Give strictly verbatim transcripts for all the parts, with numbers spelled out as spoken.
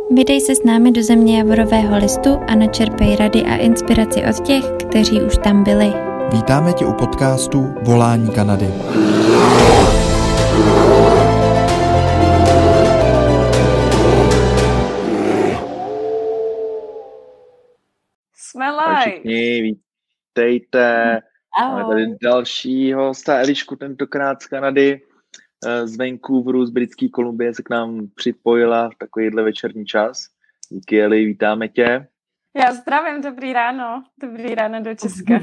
Vydej se s námi do země Javorového listu a načerpej rady a inspiraci od těch, kteří už tam byli. Vítáme tě u podcastu Volání Kanady. Jsme live. Všichni, vítejte. Ahoj. Máme tady dalšího hosta, Elišku, tentokrát z Kanady, z Vancouveru, z Britské Kolumbie se k nám připojila v takovýhle večerní čas. Díky, Eli, vítáme tě. Já zdravím, dobrý ráno. Dobrý ráno do Česka.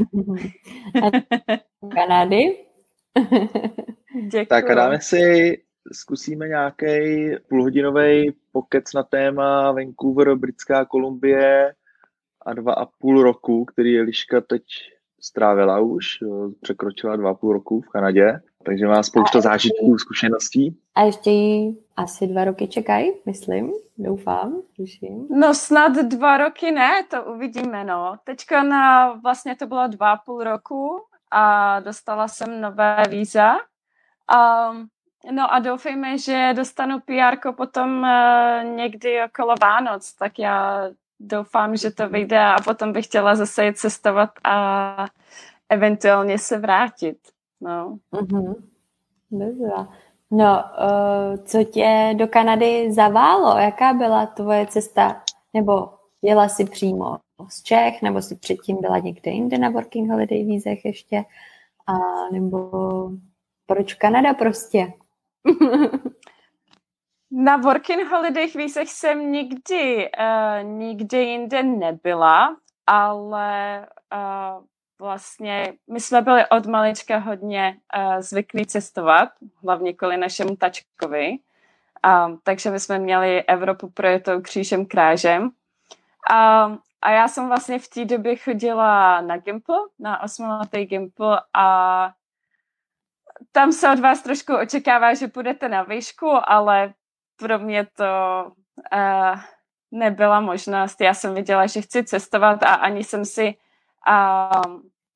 Kanady. Děkuji. Tak a dáme si, zkusíme nějaký půlhodinový pokec na téma Vancouver, Britská Kolumbie a dva a půl roku, který Eliška teď strávila už, jo, překročila dva a půl roku v Kanadě, takže má spousta zážitků, zkušeností. A ještě jí asi dva roky čekají, myslím, doufám, tuším. No snad dva roky ne, to uvidíme, no. Teďka na, vlastně to bylo dva a půl roku a dostala jsem nové víza. Um, no a doufejme, že dostanu P R ko potom uh, někdy okolo Vánoc, tak já doufám, že to vyjde a potom bych chtěla zase jít cestovat a eventuálně se vrátit. No. Mhm. Dobře. No, uh, co tě do Kanady zaválo? Jaká byla tvoje cesta? Nebo jela jsi přímo z Čech, nebo jsi předtím byla někde jinde na working holiday vízech ještě? A nebo proč Kanada prostě? Na working holiday vízech jsem nikdy, uh, nikdy jinde nebyla, ale uh, vlastně my jsme byli od malička hodně uh, zvyklí cestovat, hlavně kvůli našemu tačkovi. Um, takže my jsme měli Evropu projetou křížem krážem. Um, a já jsem vlastně v té době chodila na Gimple, na osmiletý Gimple a tam se od vás trošku očekává, že půjdete na výšku, ale pro mě to uh, nebyla možnost. Já jsem viděla, že chci cestovat a ani jsem si uh,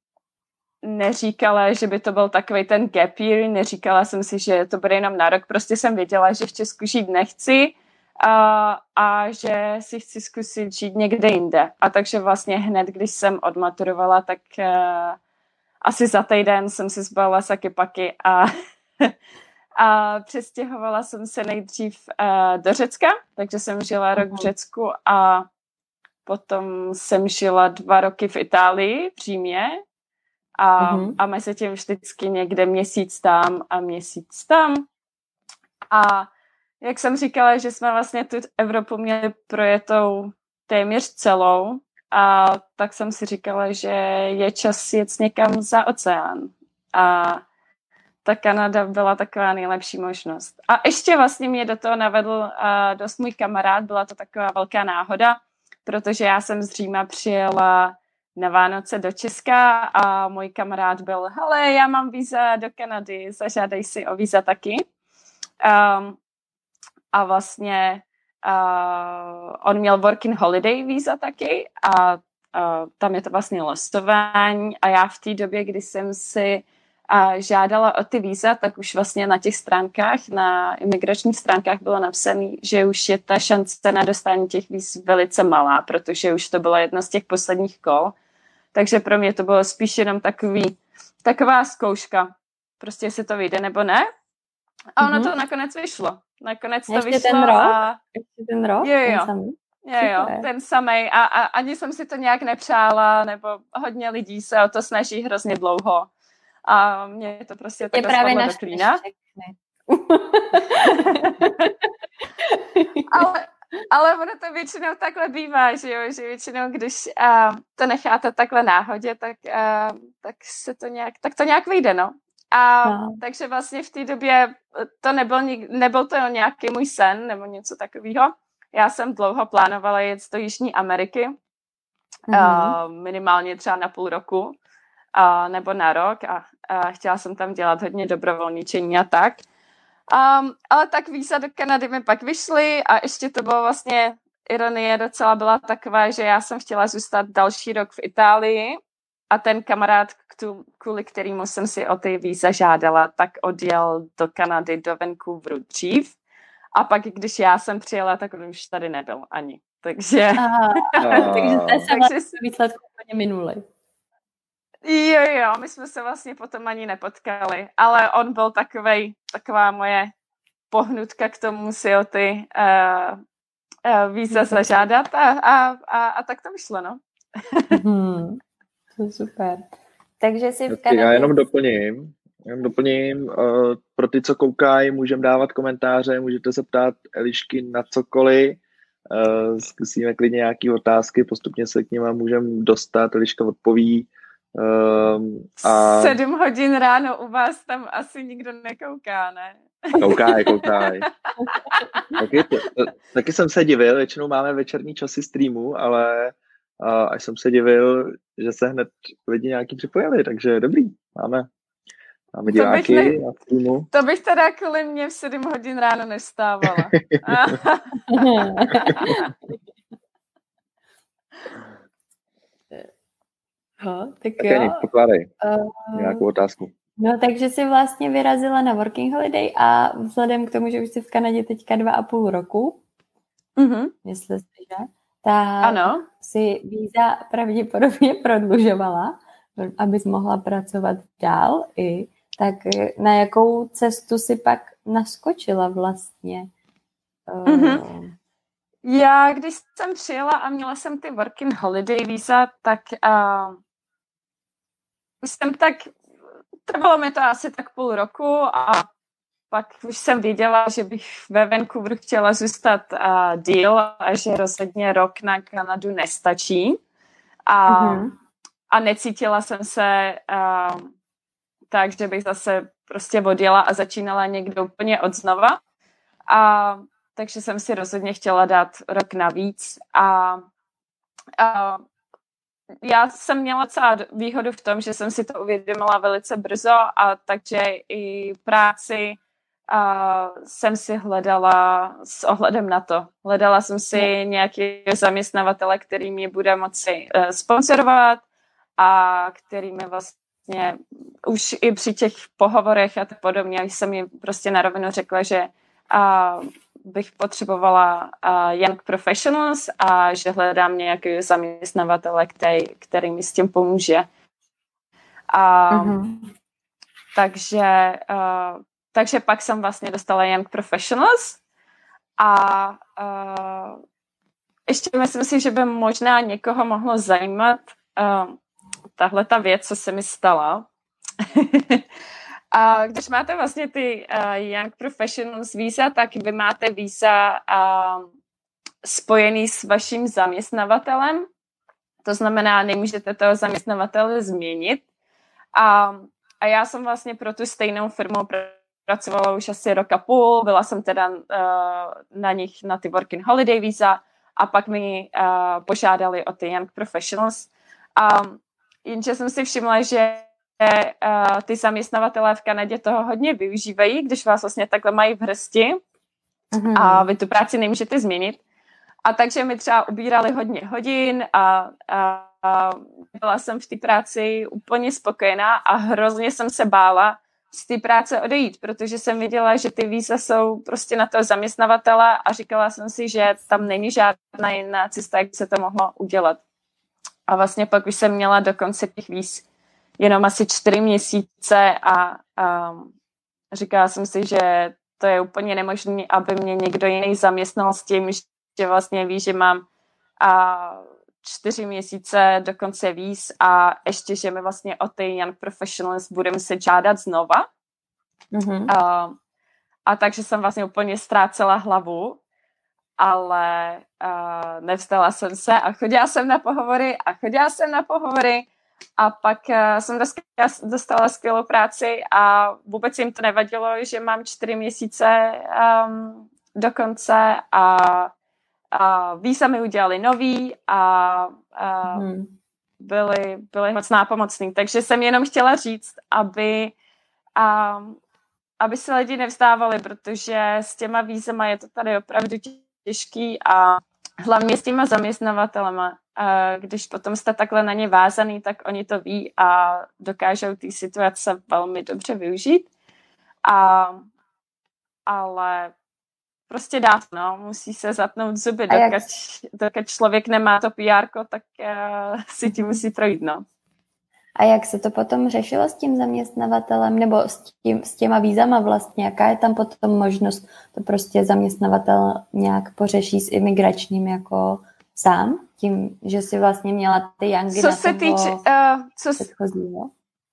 neříkala, že by to byl takový ten gap year, neříkala jsem si, že to bude jenom na rok. Prostě jsem věděla, že v Česku žít nechci uh, a že si chci zkusit žít někde jinde. A takže vlastně hned, když jsem odmaturovala, tak uh, asi za týden jsem si zbalila saky paky a a přestěhovala jsem se nejdřív uh, do Řecka, takže jsem žila rok v Řecku a potom jsem žila dva roky v Itálii, v Římě a, uh-huh. a mezi tím vždycky někde měsíc tam a měsíc tam. A jak jsem říkala, že jsme vlastně tu Evropu měli projetou téměř celou, a tak jsem si říkala, že je čas jet někam za oceán. A ta Kanada byla taková nejlepší možnost. A ještě vlastně mě do toho navedl uh, dost můj kamarád, byla to taková velká náhoda, protože já jsem z Říma přijela na Vánoce do Česka a můj kamarád byl, hele, já mám víza do Kanady, zažádej si o víza taky. Um, a vlastně uh, on měl working holiday víza taky a uh, tam je to vlastně lostování a já v té době, kdy jsem si a žádala o ty víza, tak už vlastně na těch stránkách, na imigračních stránkách bylo napsané, že už je ta šance na dostání těch víz velice malá, protože už to bylo jedno z těch posledních kol. Takže pro mě to bylo spíš jenom takový, taková zkouška. Prostě jestli to vyjde nebo ne. A ono mm-hmm. to nakonec vyšlo. Nakonec to ještě vyšlo. Ten rok? A... Ještě ten rok? Jo, jo. Ten samý? Jo, jo, ten samej. A, a ani jsem si to nějak nepřála, nebo hodně lidí se o to snaží hrozně dlouho. A mě to prostě takhle spadlo do klína. ale, ale ono to většinou takhle bývá, že jo, že většinou, když uh, to necháte takhle náhodě, tak, uh, tak se to nějak, tak to nějak vyjde, no. A no. Takže vlastně v té době to nebyl, nebyl to nějaký můj sen nebo něco takového. Já jsem dlouho plánovala jet do Jižní Ameriky, mm-hmm. uh, minimálně třeba na půl roku. A, nebo na rok a, a chtěla jsem tam dělat hodně dobrovolničení a tak. Um, ale tak víza do Kanady mi pak vyšly a ještě to bylo vlastně, ironie docela byla taková, že já jsem chtěla zůstat další rok v Itálii a ten kamarád, kvůli kterému jsem si o ty víza žádala, tak odjel do Kanady, do Vancouveru dřív A pak, když já jsem přijela, tak on už tady nebyl ani. Takže... Aha, takže jste se takže vlastně výsledku úplně minuli. Jo, jo, my jsme se vlastně potom ani nepotkali, ale on byl takovej, taková moje pohnutka k tomu si o ty uh, uh, víza zažádat a, a, a, a tak to vyšlo, no. Hmm, to super. Takže si v Kanadě... Já jenom doplním, jenom doplním, uh, pro ty, co koukají, můžeme dávat komentáře, můžete se ptát Elišky na cokoliv, uh, zkusíme klidně nějaké otázky, postupně se k nim můžeme dostat, Eliška odpoví. Um, a... Sedm hodin ráno u vás tam asi nikdo nekouká, ne? Koukáj, koukáj. taky, to, to, taky jsem se divil, většinou máme večerní časy streamu, ale uh, až jsem se divil, že se hned lidi nějaký připojili, takže dobrý, máme, máme diváky ne, na streamu. To bych teda kvůli mě v sedm hodin ráno nevstávala. No, tak tak jo. Ani, pokládej uh, nějakou otázku. No, takže jsi vlastně vyrazila na working holiday a vzhledem k tomu, že už jsi v Kanadě teďka dva a půl roku, mm-hmm. jestli jsi, že? Tak ano. si víza pravděpodobně prodlužovala, abys mohla pracovat dál i. Tak na jakou cestu si pak naskočila vlastně? Mm-hmm. Uh, Já, když jsem přijela a měla jsem ty working holiday víza, tak uh, jsem tak, trvalo mi to asi tak půl roku a pak už jsem věděla, že bych ve Vancouveru chtěla zůstat uh, díl a že rozhodně rok na Kanadu nestačí. A, mm-hmm. a necítila jsem se uh, tak, že bych zase prostě odjela a začínala někde úplně od znova. A takže jsem si rozhodně chtěla dát rok navíc a, a já jsem měla celá výhodu v tom, že jsem si to uvědomila velice brzo a takže i práci a jsem si hledala s ohledem na to. Hledala jsem si nějaký zaměstnavatele, který mě bude moci uh, sponsorovat a který mi vlastně už i při těch pohovorech a tak podobně jsem mi prostě na rovinu řekla, že uh, bych potřebovala uh, young professionals a že hledám nějaký zaměstnavatele, který, který mi s tím pomůže. Uh, mm-hmm. takže, uh, takže pak jsem vlastně dostala young professionals a uh, ještě myslím si, že by možná někoho mohlo zajímat uh, tahle ta věc, co se mi stala. A když máte vlastně ty uh, Young Professionals víza, tak vy máte víza uh, spojený s vaším zaměstnavatelem. To znamená, nemůžete toho zaměstnavatele změnit. A, a já jsem vlastně pro tu stejnou firmu pracovala už asi rok a půl. Byla jsem teda uh, na nich na ty Working Holiday víza a pak mi uh, požádali o ty Young Professionals. Um, jenže jsem si všimla, že Uh, ty zaměstnavatelé v Kanadě toho hodně využívají, když vás vlastně takhle mají v hrsti mm-hmm. a vy tu práci nemůžete změnit. A takže mi třeba ubírali hodně hodin a, a, a byla jsem v té práci úplně spokojená a hrozně jsem se bála z té práce odejít, protože jsem viděla, že ty víza jsou prostě na toho zaměstnavatele a říkala jsem si, že tam není žádná jiná cesta, jak se to mohlo udělat. A vlastně pak už jsem měla do konce těch víz jenom asi čtyři měsíce a um, říkala jsem si, že to je úplně nemožné, aby mě někdo jiný zaměstnal s tím, že vlastně ví, že mám uh, čtyři měsíce do konce víz a ještě, že mi vlastně o ty Young Professionals bude muset žádat znova. Mm-hmm. Uh, a takže jsem vlastně úplně ztrácela hlavu, ale uh, nevzdala jsem se a chodila jsem na pohovory a chodila jsem na pohovory a pak uh, jsem dostala skvělou práci a vůbec jim to nevadilo, že mám čtyři měsíce um, do konce a, a víza mi udělali nový a, a hmm. byli, byli moc nápomocný. Takže jsem jenom chtěla říct, aby, um, aby se lidi nevzdávali, protože s těma vízama je to tady opravdu těžký a hlavně s těma zaměstnavatelema. Když potom jste takhle na ně vázaný, tak oni to ví a dokážou ty situace velmi dobře využít. A, ale prostě dát, no. Musí se zatnout zuby, jak... dokud, dokud člověk nemá to pé érko, tak uh, si tím musí projít, no. A jak se to potom řešilo s tím zaměstnavatelem nebo s, tím, s těma vízama vlastně? Jaká je tam potom možnost to prostě zaměstnavatel nějak pořeší s imigračním jako sám? Tím, že si vlastně měla ty Youngy co na se toho týče, uh, co předchozího?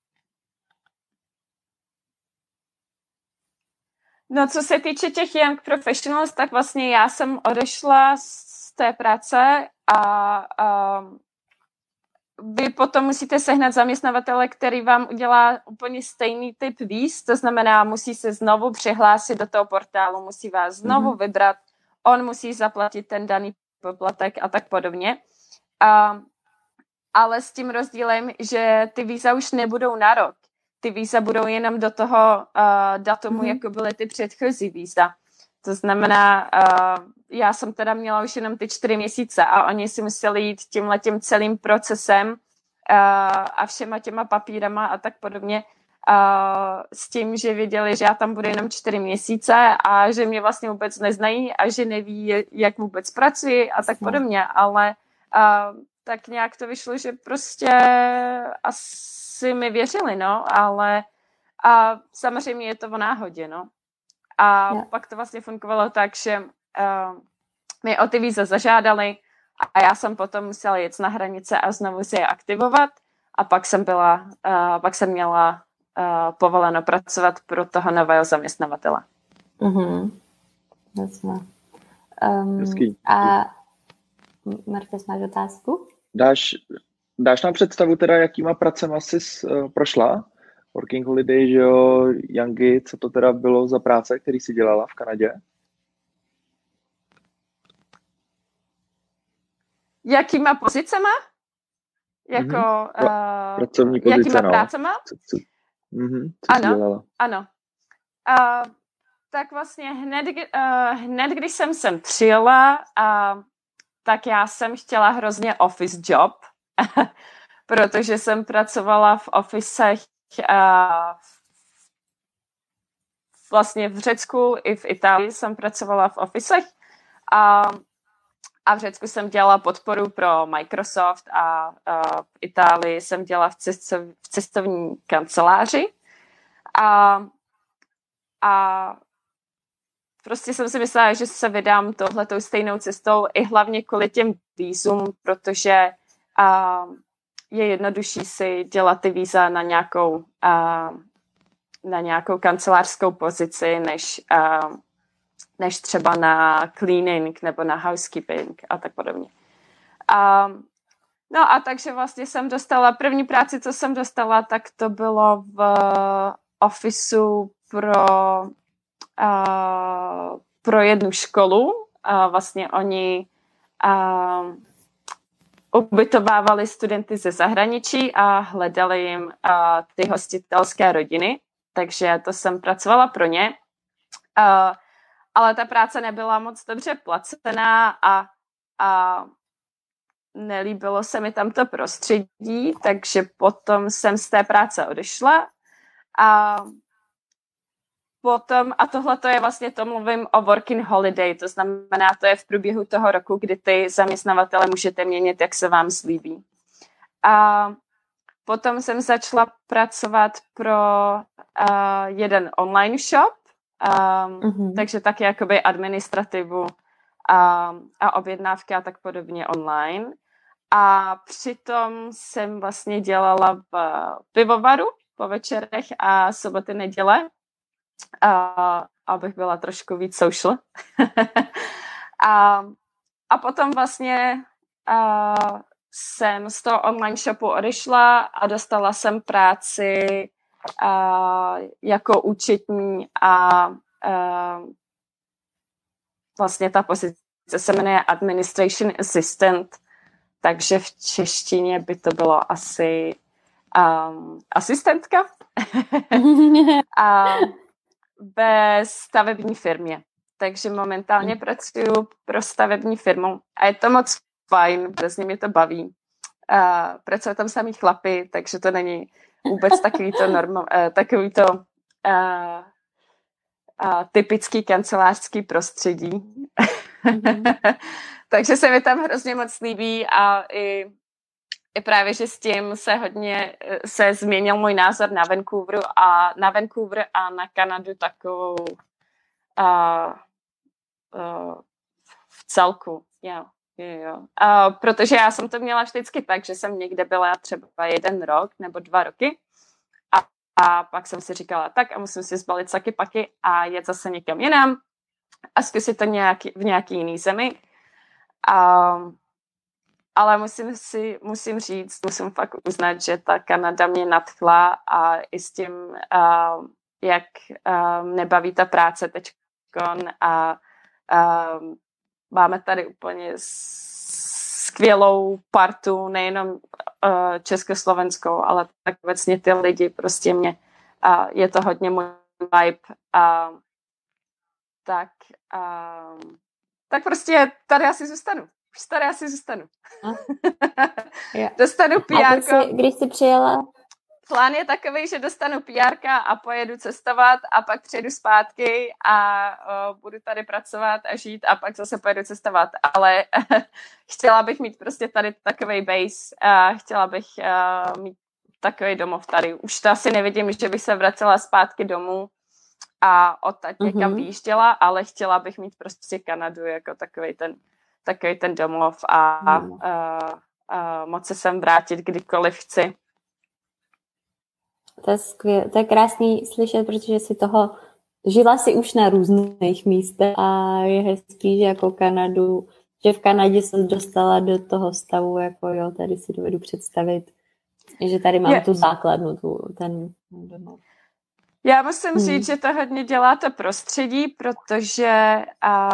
No, co se týče těch Young Professionals, tak vlastně já jsem odešla z té práce a um, vy potom musíte sehnat zaměstnavatele, který vám udělá úplně stejný typ víz, to znamená, musí se znovu přihlásit do toho portálu, musí vás znovu mm-hmm. vybrat, on musí zaplatit ten daný poplatek a tak podobně. Um, ale s tím rozdílem, že ty víza už nebudou na rok. Ty víza budou jenom do toho uh, datumu, mm-hmm. jako byly ty předchozí víza. To znamená, uh, já jsem teda měla už jenom ty čtyři měsíce a oni si museli jít tímhletím celým procesem uh, a všema těma papírama a tak podobně uh, s tím, že věděli, že já tam budu jenom čtyři měsíce a že mě vlastně vůbec neznají a že neví, jak vůbec pracuji a tak podobně, ale uh, tak nějak to vyšlo, že prostě asi mi věřili, no, ale a samozřejmě je to o náhodě, no. A yeah. pak to vlastně fungovalo tak, že uh, mi o ty víza zažádali a já jsem potom musela jet na hranice a znovu si je aktivovat a pak jsem byla, uh, pak jsem měla uh, povoleno pracovat pro toho nového zaměstnavatele. Mhm. Jasně. Um, a Martes, máš otázku? Dáš, dáš nám představu teda, jakýma pracema jsi uh, prošla? Working Holiday, že jo, Youngy, co to teda bylo za práce, který jsi dělala v Kanadě? Jakýma pozicema? Jako, mm-hmm. uh, Pracovní pozice, jakýma no. prácema? Co, co, mm-hmm, co ano, jsi dělala? Ano, uh, tak vlastně hned, uh, hned, když jsem sem přijela, uh, tak já jsem chtěla hrozně office job, protože jsem pracovala v officech uh, vlastně v Řecku i v Itálii jsem pracovala v officech a, a v Řecku jsem dělala podporu pro Microsoft a uh, v Itálii jsem dělala v, cestov, v cestovní kanceláři a, a prostě jsem si myslela, že se vydám tohletou stejnou cestou i hlavně kvůli těm vízům, protože uh, je jednodušší si dělat ty víza na nějakou, uh, na nějakou kancelářskou pozici, než, uh, než třeba na cleaning nebo na housekeeping a tak podobně. Um, no a takže vlastně jsem dostala, první práci, co jsem dostala, tak to bylo v ofisu pro, uh, pro jednu školu. Uh, vlastně oni uh, ubytovávali studenty ze zahraničí a hledali jim uh, ty hostitelské rodiny, takže to jsem pracovala pro ně. Uh, ale ta práce nebyla moc dobře placená a, a nelíbilo se mi tam to prostředí, takže potom jsem z té práce odešla. A potom, a tohle to je vlastně, to mluvím o working holiday, to znamená, to je v průběhu toho roku, kdy ty zaměstnavatele můžete měnit, jak se vám slíbí. A potom jsem začala pracovat pro uh, jeden online shop, um, mm-hmm. takže taky jakoby administrativu a, a objednávky a tak podobně online. A přitom jsem vlastně dělala v pivovaru po večerech a soboty, neděle, a, abych byla trošku víc social. a, a potom vlastně a, jsem z toho online shopu odešla a dostala jsem práci a, jako účetní a, a vlastně ta pozice se jmenuje Administration Assistant, takže v češtině by to bylo asi um, asistentka a ve stavební firmě. Takže momentálně pracuji pro stavební firmu a je to moc fajn, protože mě to baví. Uh, pracují tam samý chlapy, takže to není vůbec takový to, norma, uh, takový to uh, uh, typický kancelářský prostředí. Mm-hmm. Takže se mi tam hrozně moc líbí a i, i právě, že s tím se hodně se změnil můj názor na Vancouveru a na Vancouver a na Kanadu takovou uh, uh, v celku. Jo, jo, jo. Uh, protože já jsem to měla vždycky tak, že jsem někde byla třeba jeden rok nebo dva roky a, a pak jsem si říkala, tak a musím si zbalit saky paky a jet zase někam jinam a zkusit to nějaký, v nějaký jiný zemi. Um, ale musím si, musím říct, musím fakt uznat, že ta Kanada mě nadchla a i s tím, uh, jak uh, nebaví ta práce teďkon a uh, máme tady úplně skvělou partu, nejenom uh, československou, ale tak obecně ty lidi, prostě mě, uh, je to hodně můj vibe. Uh, tak uh, Tak prostě tady asi zůstanu. Už tady asi zůstanu. Dostanu pé érko. A když jsi přijela? Plán je takový, že dostanu pé érka a pojedu cestovat a pak přijedu zpátky a uh, budu tady pracovat a žít a pak zase pojedu cestovat. Ale chtěla bych mít prostě tady takovej base. Uh, chtěla bych uh, mít takový domov tady. Už to asi nevidím, že bych se vracela zpátky domů a odtaď někam mm-hmm. vyjížděla, ale chtěla bych mít prostě Kanadu jako takový ten, takový ten domov a, mm. a, a moc se sem vrátit kdykoliv chci. To je skvělé, to je krásný slyšet, protože si toho, žila si už na různých místech a je hezký, že jako Kanadu, že v Kanadě se dostala do toho stavu, jako jo, tady si dovedu představit, že tady mám je. tu základnu, tu, ten domov. Já musím hmm. říct, že to hodně dělá to prostředí, protože a,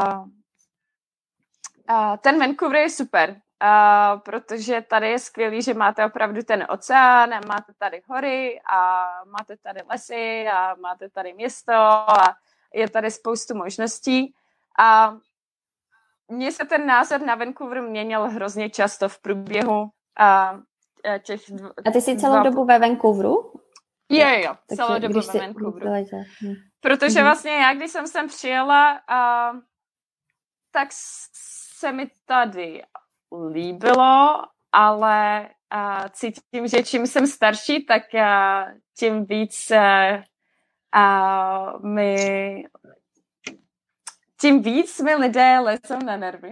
a, ten Vancouver je super, a, protože tady je skvělý, že máte opravdu ten oceán, máte tady hory a máte tady lesy a máte tady město a je tady spoustu možností. A mně se ten názor na Vancouver měnil hrozně často v průběhu a, těch... Dv- a ty jsi celou dva... dobu ve Vancouveru? Jo, jo, celou dobu ve Vancouveru. Protože vlastně já, když jsem sem přijela, uh, tak se mi tady líbilo, ale uh, cítím, že čím jsem starší, tak uh, tím víc uh, uh, mi tím víc mi lidé lezou na nervy.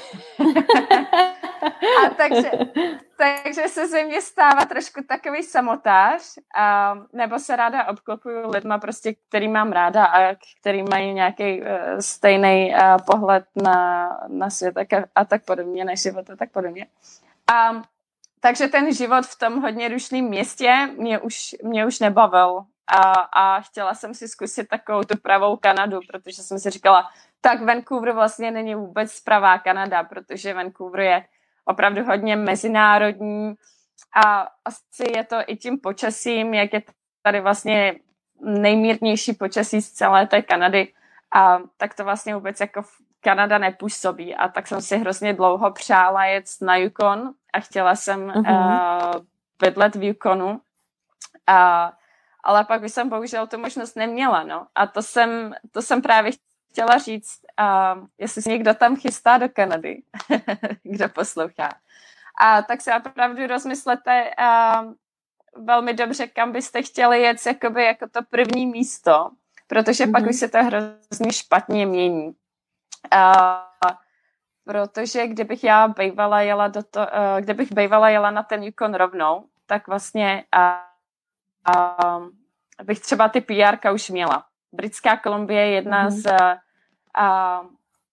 A takže, takže se ze mě stává trošku takový samotář, a, nebo se ráda obklopuju lidma, prostě, který mám ráda a který mají nějaký uh, stejný uh, pohled na, na svět a, a tak podobně, na život a tak podobně. A, takže ten život v tom hodně rušném městě mě už, mě už nebavil a, a chtěla jsem si zkusit takovou tu pravou Kanadu, protože jsem si říkala, tak Vancouver vlastně není vůbec pravá Kanada, protože Vancouver je opravdu hodně mezinárodní a asi je to i tím počasím, jak je tady vlastně nejmírnější počasí z celé té Kanady, a tak to vlastně vůbec jako Kanada nepůsobí. A tak jsem si hrozně dlouho přála jet na Yukon a chtěla jsem uh-huh. uh, bydlet v Yukonu, uh, ale pak bych jsem bohužel tu možnost neměla. No. A to jsem, to jsem právě chtěla říct, uh, jestli se někdo tam chystá do Kanady, kdo poslouchá. A tak se opravdu rozmyslete uh, velmi dobře, kam byste chtěli jet jakoby, jako to první místo, protože mm-hmm. pak už se to hrozně špatně mění. Uh, protože kdybych já bejvala jela do to, uh, kdybych bejvala jela na ten Yukon rovnou, tak vlastně uh, uh, bych třeba ty pé érka už měla. Britská Kolumbie je jedna mm-hmm. z uh,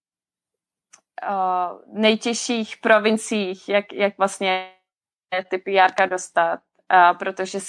uh, nejtěžších provincií, jak, jak vlastně ty pé érka dostat, uh, protože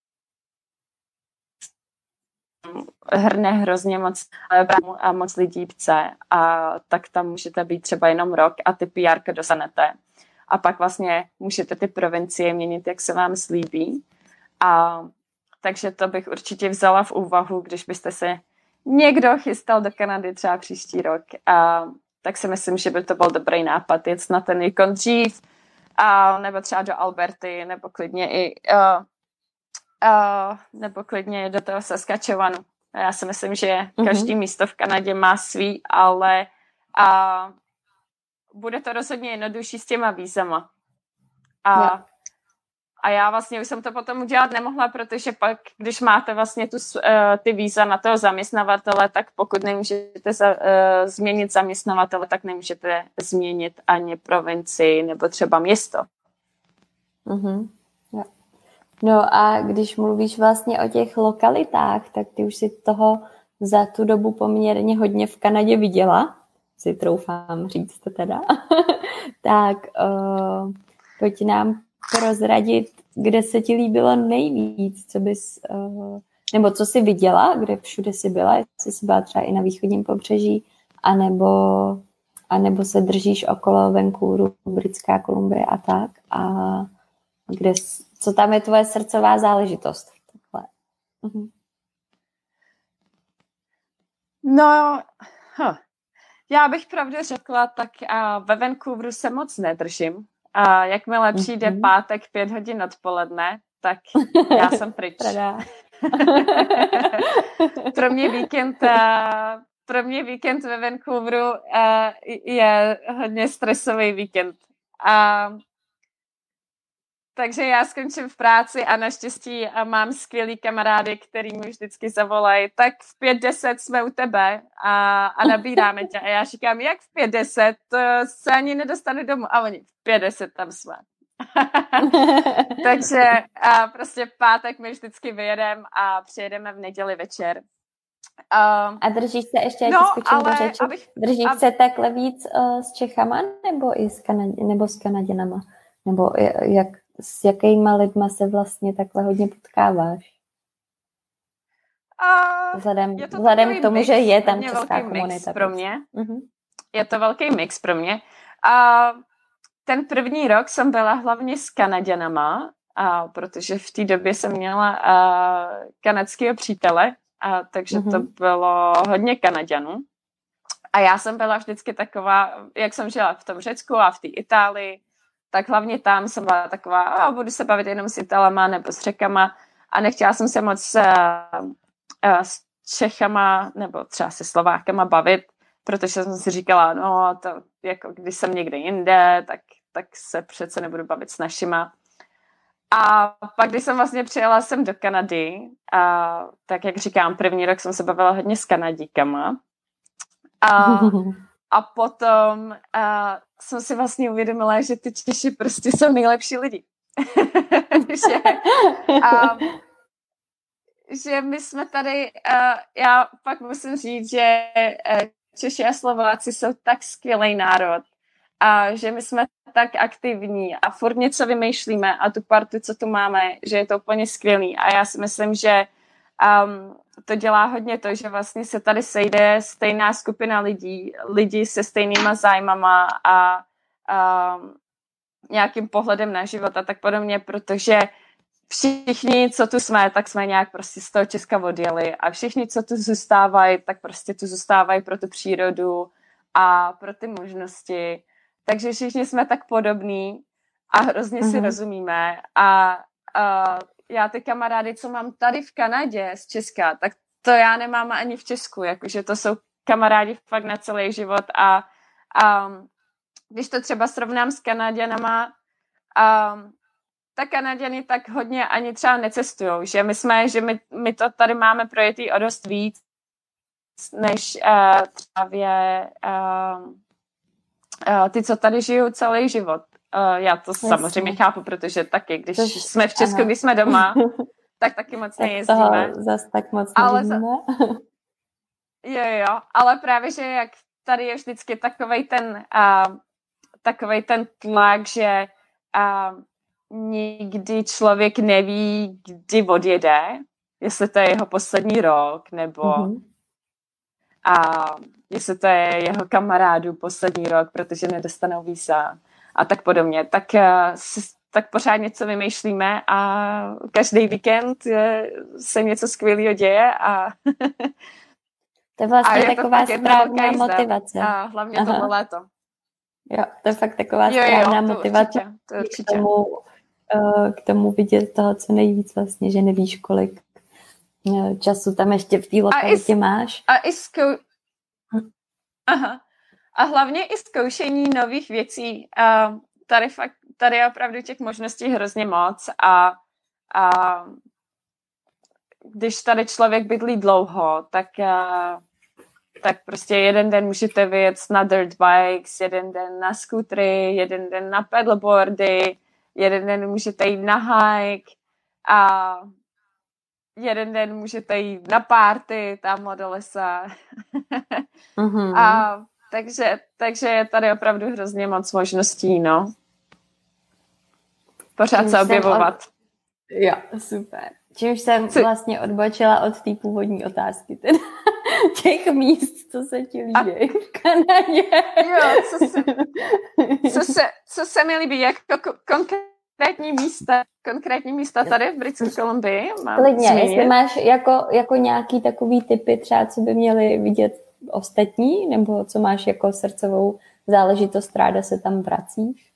hrne hrozně moc a moc lidí chce a tak tam můžete být třeba jenom rok a ty pé érka dostanete. A pak vlastně můžete ty provincie měnit, jak se vám slíbí. A takže to bych určitě vzala v úvahu, když byste se někdo chystal do Kanady třeba příští rok. A tak si myslím, že by to byl dobrý nápad jet na ten Yukon dřív, a nebo třeba do Alberty, nebo klidně i uh, uh, nebo klidně do toho Saskatchewanu. Já si myslím, že každý mm-hmm. místo v Kanadě má svý, ale a, bude to rozhodně jednodušší s těma vízama. A, yeah. a já vlastně už jsem to potom udělat nemohla, protože pak, když máte vlastně tu, uh, ty víza na toho zaměstnavatele, tak pokud nemůžete za, uh, změnit zaměstnavatele, tak nemůžete změnit ani provincii nebo třeba město. Mm-hmm. Yeah. No a když mluvíš vlastně o těch lokalitách, tak ty už si toho za tu dobu poměrně hodně v Kanadě viděla, si troufám říct to teda. Tak uh, pojď nám prozradit, kde se ti líbilo nejvíc, co bys, uh, nebo co jsi viděla, kde všude jsi byla, jestli jsi byla třeba i na východním pobřeží, anebo, anebo se držíš okolo Vancouveru, Britská Kolumbie a tak. A kde, co tam je tvoje srdcová záležitost? Takhle. Uh-huh. No, huh. Já bych pravdu řekla, tak uh, ve Vancouveru se moc nedržím. A jakmile přijde mm-hmm. pátek pět hodin odpoledne, tak já jsem pryč. Pro mě víkend, uh, pro mě víkend ve Vancouveru uh, je hodně stresový víkend. Uh, takže já skončím v práci a naštěstí mám skvělý kamarády, který mi vždycky zavolají, tak v pět deset jsme u tebe a, a nabíráme tě. A já říkám, jak v pět deset, to se ani nedostanu domů. A oni, v pět deset tam jsme. Takže a prostě pátek my vždycky vyjedeme a přijedeme v neděli večer. Um, a držíš se ještě, jak no, skočím ale do řeči, abych, držíš ab... se takhle víc uh, s Čechama nebo i s, Kanadě, nebo s Kanaděnama? Nebo jak, s jakýma lidma se vlastně takhle hodně potkáváš? Uh, vzhledem vzhledem k tomu, mix, že je tam česká komunita. Mix pro mě. Uh-huh. Je to velký mix pro mě. Uh, ten první rok jsem byla hlavně s Kanaděnama, uh, protože v té době jsem měla uh, kanadského přítele, uh, takže uh-huh. to bylo hodně Kanaďanů. A já jsem byla vždycky taková, jak jsem žila v tom Řecku a v té Itálii, tak hlavně tam jsem byla taková, a budu se bavit jenom s Italama nebo s Řekama a nechtěla jsem se moc uh, uh, s Čechama nebo třeba se Slovákama bavit, protože jsem si říkala, no, to jako když jsem někde jinde, tak, tak se přece nebudu bavit s našima. A pak, když jsem vlastně přijela sem do Kanady, a, tak jak říkám, první rok jsem se bavila hodně s Kanadíkama. A, a potom a, jsem si vlastně uvědomila, že ty Češi prostě jsou nejlepší lidi. že, a, že my jsme tady, a, já pak musím říct, že Češi a Slováci jsou tak skvělý národ a že my jsme tak aktivní a furt něco vymýšlíme a tu partu, co tu máme, že je to úplně skvělý. A já si myslím, že um, to dělá hodně to, že vlastně se tady sejde stejná skupina lidí, lidi se stejnýma zájmama a um, nějakým pohledem na život a tak podobně, protože všichni, co tu jsme, tak jsme nějak prostě z toho Česka odjeli a všichni, co tu zůstávají, tak prostě tu zůstávají pro tu přírodu a pro ty možnosti. Takže všichni jsme tak podobní a hrozně mm-hmm. si rozumíme a, a já ty kamarády, co mám tady v Kanadě z Česka, tak to já nemám ani v Česku, jakože to jsou kamarádi fakt na celý život a, a když to třeba srovnám s Kanaděnama, a, tak Kanaděni tak hodně ani třeba necestujou, že my jsme, že my, my to tady máme projetý o dost víc, než uh, právě uh, uh, ty, co tady žijou celý život. Uh, já to Jasně. samozřejmě chápu, protože taky, když to, jsme v Česku, aha. když jsme doma, tak taky moc tak nejezdíme. Zas tak moc ale za... Jo, jo, ale právě, že jak tady je vždycky takovej ten, uh, takovej ten tlak, že uh, nikdy člověk neví, kdy odjede, jestli to je jeho poslední rok, nebo mm-hmm. a jestli to je jeho kamarádů poslední rok, protože nedostanou víza a tak podobně. Tak, tak pořád něco vymýšlíme a každý víkend se něco skvělého děje a to je vlastně je taková to správná motivace. A hlavně Aha. tohle léto. Jo, to je fakt taková jo, správná jo, to motivace určitě, to určitě. K, tomu, k tomu vidět toho, co nejvíc vlastně, že nevíš, kolik, času tam ještě v té lokalitě máš. A i zkou... Aha. A hlavně i zkoušení nových věcí. Uh, tady, fakt, tady je opravdu těch možností hrozně moc a, a když tady člověk bydlí dlouho, tak, uh, tak prostě jeden den můžete vyjet na dirt bikes, jeden den na skútry, jeden den na pedalboardy, jeden den můžete jít na hike a jeden den můžete jít na party tam do lesa. Mm-hmm. A takže, takže je tady opravdu hrozně moc možností, no. Pořád Čím se objevovat. Od... Jo, super. Čímž jsem co? vlastně odbočila od té původní otázky. Teda těch míst, co se ti líbí A... v Kanadě. Jo, co se, co se, co se mi líbí, jako konkrétní místa, konkrétní místa tady v Britské Kolumbii. Klidně, jestli máš jako, jako nějaký takový typy třeba, co by měli vidět ostatní, nebo co máš jako srdcovou záležitost, ráda se tam vracíš?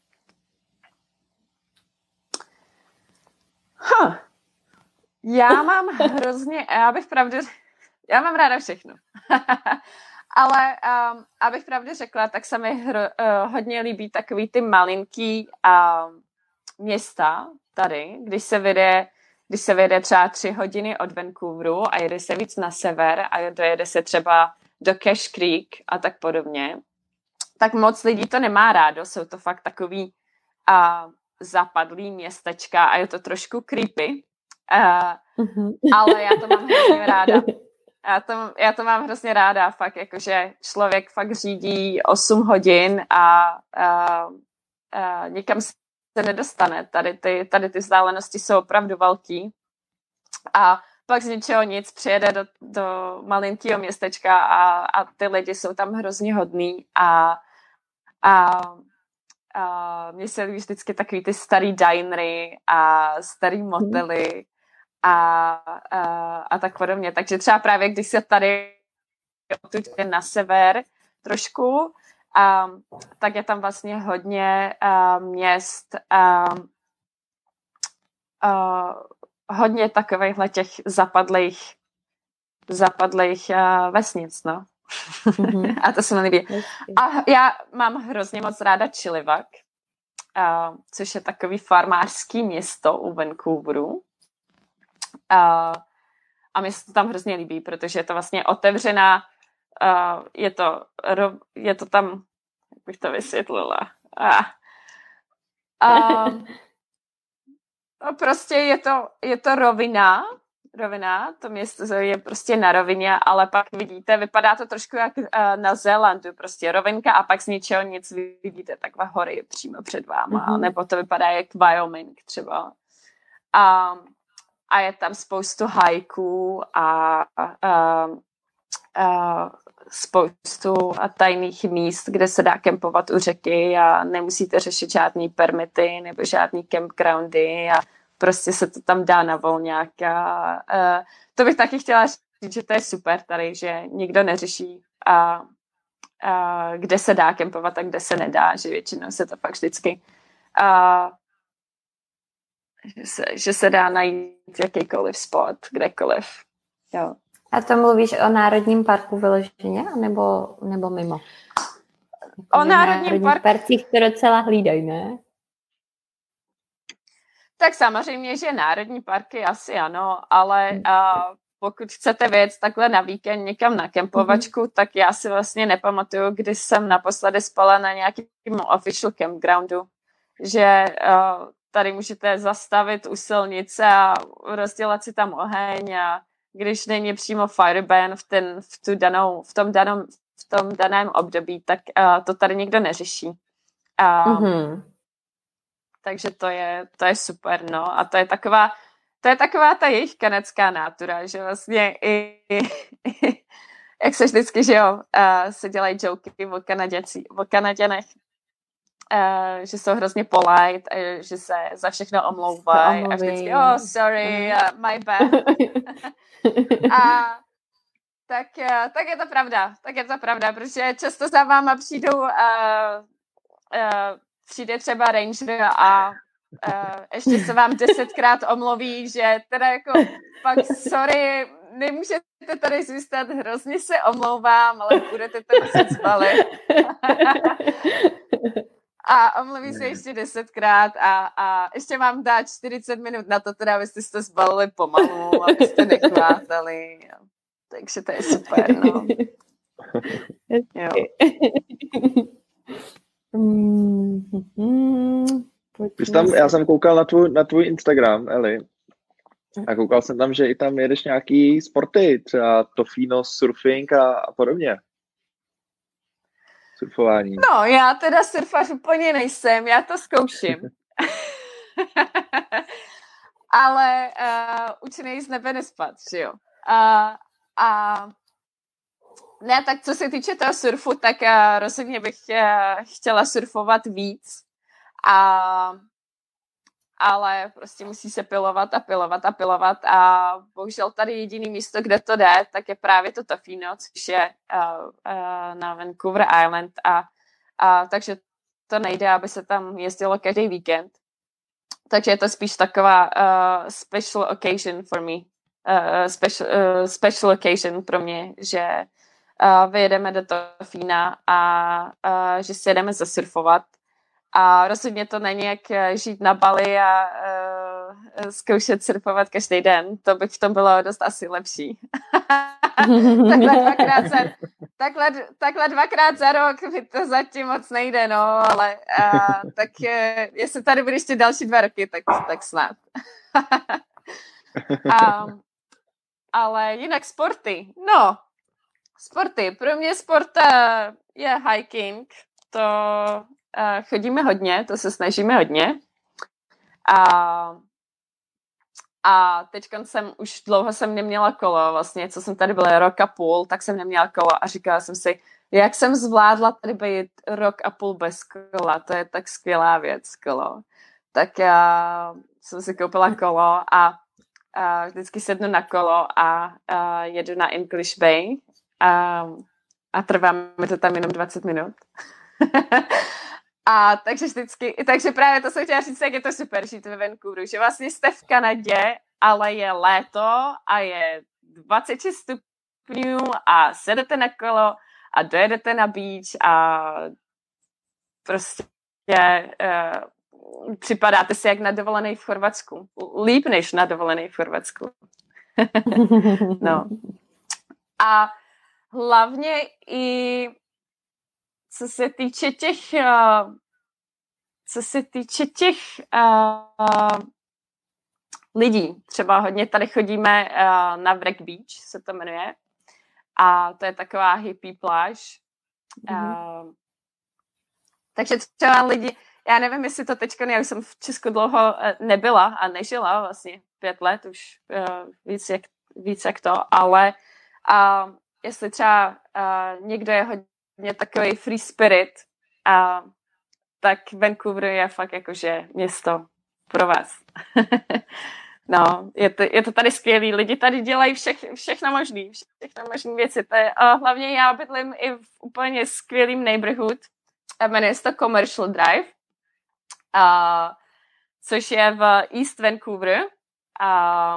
Huh. Já mám hrozně, já bych pravdu, já mám ráda všechno. Ale um, abych pravdu řekla, tak se mi hro, uh, hodně líbí takový ty malinký um, města tady, když se vyjde, když se vyjde třeba tři hodiny od Vancouveru a jede se víc na sever a dojede se třeba do Cache Creek a tak podobně, tak moc lidí to nemá rádo, jsou to fakt takový uh, zapadlý městečka a je to trošku creepy, uh, uh-huh. ale já to mám hrozně ráda. Já to, já to mám hrozně ráda, fakt jakože člověk fakt řídí osm hodin a uh, uh, nikam se nedostane. Tady ty, tady ty vzdálenosti jsou opravdu velký a pak z ničeho nic přijede do, do malinkého městečka a, a ty lidi jsou tam hrozně hodný a, a, a mně se líbí vždycky takový ty starý dinery a starý motely a, a, a tak podobně. Takže třeba právě, když se tady odtud na sever trošku, Um, tak je tam vlastně hodně uh, měst, um, uh, hodně takovýchhle těch zapadlých, zapadlých uh, vesnic, no. Mm-hmm. A to se mi líbí. A já mám hrozně moc ráda Chilliwack, uh, což je takový farmářský město u Vancouveru. Uh, a mě se to tam hrozně líbí, protože je to vlastně otevřená. Uh, je, to, je to tam, jak bych to vysvětlila. Uh, uh, no prostě je to, je to rovina, rovina, to město je prostě na rovině, ale pak vidíte, vypadá to trošku jak uh, na Zélandu, prostě rovinka a pak z ničeho nic vidíte, takové hory přímo před váma, mm-hmm. nebo to vypadá jak Wyoming třeba. Um, a je tam spoustu hajků a uh, Uh, spoustu a tajných míst, kde se dá kempovat u řeky a nemusíte řešit žádný permity nebo žádný campgroundy a prostě se to tam dá na volňák a uh, to bych taky chtěla říct, že to je super tady, že nikdo neřeší a, a kde se dá kempovat a kde se nedá, že většinou se to fakt vždycky a, že, se, že se dá najít jakýkoliv spot, kdekoliv. Jo. A to mluvíš o Národním parku vyloženě, nebo, nebo mimo? O Národním parku... parcích to docela hlídají, ne? Tak samozřejmě, že Národní parky asi ano, ale uh, pokud chcete věc takhle na víkend někam na kempovačku, mm-hmm. tak já si vlastně nepamatuju, kdy jsem naposledy spala na nějakém official campgroundu, že uh, tady můžete zastavit u silnice a rozdělat si tam oheň a když není přímo fireban v, ten, v, tu danou, v, tom, danou, v tom daném období, tak uh, to tady nikdo neřeší. Um, mm-hmm. Takže to je, to je super, no. A to je taková, to je taková ta jejich kanadská nátura, že vlastně i, i, i jak se vždycky, že jo, uh, se dělají joky o, Kanaděci, o Kanaděnech, uh, že jsou hrozně polite, uh, že se za všechno omlouvají a vždycky, oh, sorry, uh, my bad. A tak, tak je to pravda, tak je to pravda, protože často za váma přijdou, uh, uh, přijde třeba ranger a uh, ještě se vám desetkrát omluví, že teda jako pak sorry, nemůžete tady zůstat, hrozně se omlouvám, ale budete to muset zbalit. A omluví se ještě desetkrát a, a ještě vám dá čtyřicet minut na to, teda abyste to zbalili pomalu, abyste nekvátali. Takže to je super, no. Jo. Tam, já jsem koukal na tvůj, na tvůj Instagram, Eli, a koukal jsem tam, že i tam jedeš nějaký sporty, třeba Tofino, surfing a, a podobně. Surfování. No, já teda surfař úplně nejsem, já to zkouším. Ale uh, učenej z nebe nespad, že jo. Uh, a ne, tak co se týče toho surfu, tak uh, rozhodně bych uh, chtěla surfovat víc. A, ale prostě musí se pilovat a pilovat a pilovat a bohužel tady jediný místo, kde to jde, tak je právě to Tofino, což je uh, uh, na Vancouver Island a, a takže to nejde, aby se tam jezdilo každý víkend. Takže je to spíš taková uh, special occasion for me. Uh, special, uh, special occasion pro mě, že uh, vyjedeme do Tofína a uh, že si jedeme zasurfovat. A rozhodně to není jak žít na Bali a uh, zkoušet surfovat každý den. To by v tom bylo dost asi lepší. takhle, dvakrát za, takhle, takhle dvakrát za rok mi to zatím moc nejde, no, ale uh, tak uh, jestli tady bude ještě další dva roky, tak, tak snad. um, ale jinak sporty. No, sporty. Pro mě sport uh, je hiking. To uh, chodíme hodně, to se snažíme hodně. A, a teď jsem už dlouho jsem neměla kolo, vlastně, co jsem tady byla rok a půl, tak jsem neměla kolo a říkala jsem si, jak jsem zvládla tady být rok a půl bez kola, to je tak skvělá věc, kolo. Tak já jsem si koupila kolo a, a vždycky sednu na kolo a, a jedu na English Bay a, a trvá mi to tam jenom dvacet minut. A takže vždycky, takže právě to jsem chtěla říct, jak je to super žít ve Vancouveru, že vlastně jste v Kanadě, ale je léto a je dvacet šest stupňů a sedete na kolo a dojedete na beach a prostě uh, připadáte si jak na dovolený v Chorvatsku. Líp než na dovolený v Chorvatsku. No. A hlavně i co se týče těch, uh, co se týče těch uh, lidí, třeba hodně tady chodíme uh, na Wreck Beach, se to jmenuje, a to je taková hippie pláž. Mm-hmm. Uh, takže třeba lidi, já nevím, jestli to teďko, já už jsem v Česku dlouho nebyla a nežila vlastně pět let, už uh, víc, jak, víc jak to, ale uh, jestli třeba uh, někdo je hodně mě takový free spirit a tak Vancouver je fakt jakože město pro vás. No, je to, je to tady skvělý, lidi tady dělají všech, všechno možný, všechno možný věci. To je, a hlavně já bydlím i v úplně skvělým neighborhood, a jmenuje se to Commercial Drive, a, což je v East Vancouver a,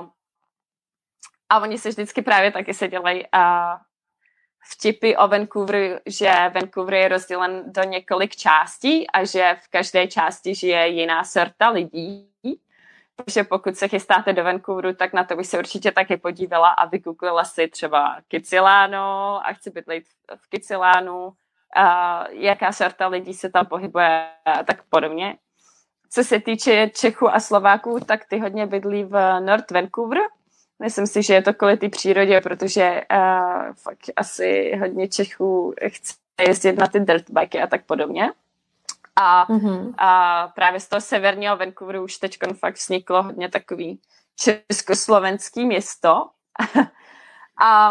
a oni se vždycky právě taky se dělají a vtipy o Vancouveru, že Vancouver je rozdělen do několik částí a že v každé části žije jiná sorta lidí. Takže pokud se chystáte do Vancouveru, tak na to bych se určitě taky podívala a vygooglila si třeba Kitsilano a chci bydlet v Kitsilánu, a jaká sorta lidí se tam pohybuje a tak podobně. Co se týče Čechů a Slováků, tak ty hodně bydlí v North Vancouver. Myslím si, že je to kvůli té přírodě, protože uh, fakt asi hodně Čechů chce jezdit na ty dirtbajky a tak podobně. A, mm-hmm. a právě z toho severního Vancouveru už teď fakt vzniklo hodně takový československý město. a,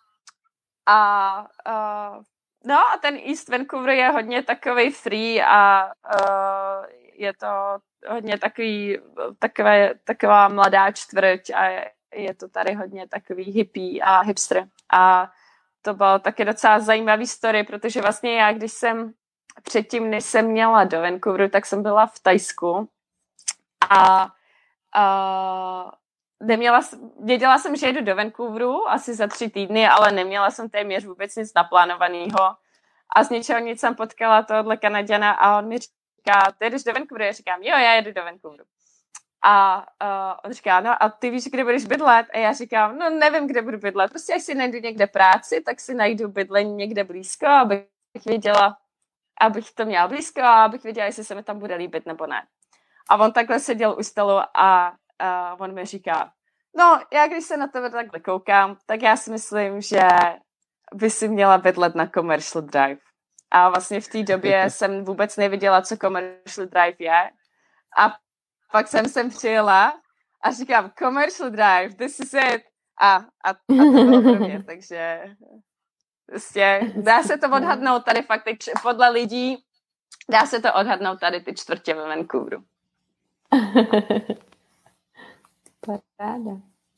a, a no a ten East Vancouver je hodně takovej free a uh, je to hodně takový, takové, taková mladá čtvrť a je, je to tady hodně takový hippie a hipster. A to bylo taky docela zajímavý story, protože vlastně já, když jsem předtím, než jsem měla do Vancouveru, tak jsem byla v Thajsku. A uh, neměla, věděla jsem, že jedu do Vancouveru asi za tři týdny, ale neměla jsem téměř vůbec nic naplánovaného. A z ničeho nic jsem potkala tohohle Kanaďana a on mi říká, ty jedeš do Vancouveru? Já říkám, jo, já jedu do Vancouveru. A uh, on říká, no a ty víš, kde budeš bydlet? A já říkám, no nevím, kde budu bydlet. Prostě až si najdu někde práci, tak si najdu bydlení někde blízko, abych věděla, abych to měla blízko a abych věděla, jestli se mi tam bude líbit nebo ne. A on takhle seděl u stolu a uh, on mi říká, no já když se na tebe takhle koukám, tak já si myslím, že by si měla bydlet na Commercial Drive. A vlastně v té době jsem vůbec nevěděla, co Commercial Drive je. A pak jsem sem přijela a říkám, Commercial Drive, this is it. A, a, a to bylo pro mě, takže prostě dá se to odhadnout tady fakt, ty, podle lidí, dá se to odhadnout tady ty čtvrtě ve Vancouveru. Paráda.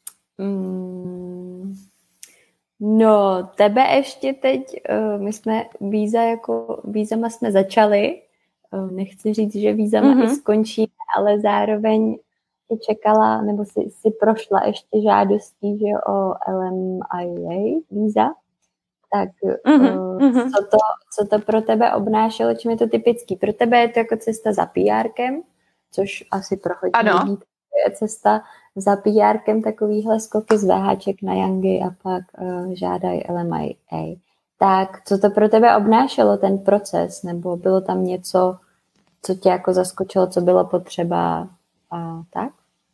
Mm. No, tebe ještě teď, uh, my jsme víza jako, vízama jsme začali, uh, nechci říct, že vízama mm-hmm. i skončíme, ale zároveň si čekala, nebo si, si prošla ještě žádostí, že o L M I A víza, tak mm-hmm. uh, co, to, co to pro tebe obnášelo, čím je to typický? Pro tebe je to jako cesta za pérkem, což asi pro hodně lidí je cesta za pérkem, takovýhle skoky z VHček na Yangy a pak uh, žádají L M I A. Tak co to pro tebe obnášelo, ten proces? Nebo bylo tam něco, co tě jako zaskočilo, co bylo potřeba a tak?